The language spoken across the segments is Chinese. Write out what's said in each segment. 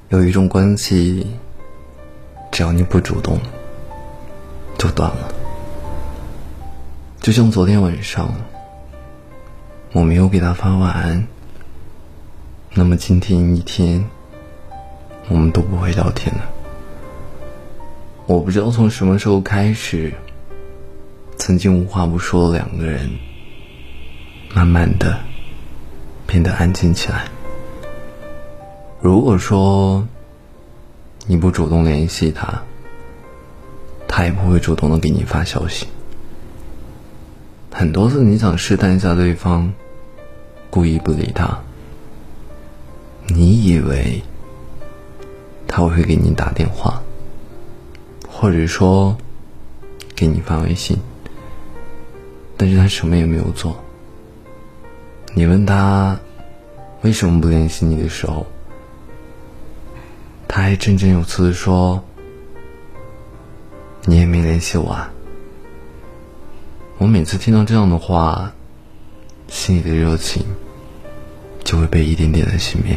有一种关系，只要你不主动，就断了。就像昨天晚上，我没有给他发晚安，那么今天一天，我们都不会聊天了。我不知道从什么时候开始，曾经无话不说的两个人，慢慢的变得安静起来。如果说你不主动联系他，他也不会主动的给你发消息。很多次你想试探一下对方，故意不理他，你以为他会给你打电话，或者说给你发微信，但是他什么也没有做。你问他为什么不联系你的时候，他还振振有词地说，你也没联系我啊。我每次听到这样的话，心里的热情就会被一点点的熄灭。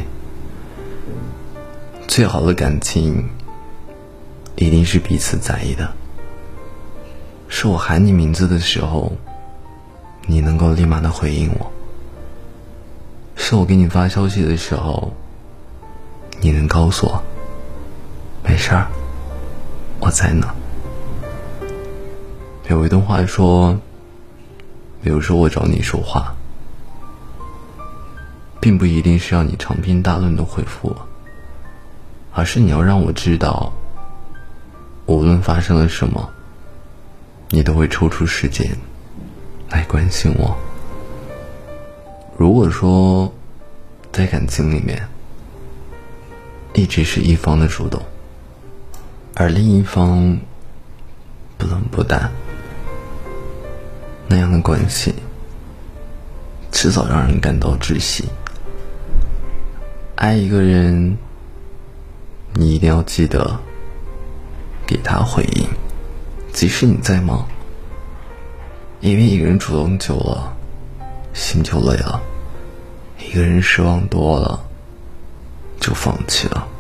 最好的感情一定是彼此在意的，是我喊你名字的时候，你能够立马的回应我，是我给你发消息的时候，你能告诉我没事儿，我在呢。有一段话说，比如说我找你说话，并不一定是要你长篇大论的回复我，而是你要让我知道，无论发生了什么，你都会抽出时间来关心我。如果说在感情里面一直是一方的主动，而另一方不冷不淡，那样的关系迟早让人感到窒息。爱一个人，你一定要记得给他回应，即使你再忙，因为一个人主动久了，心就累了，一个人失望多了，就放弃了。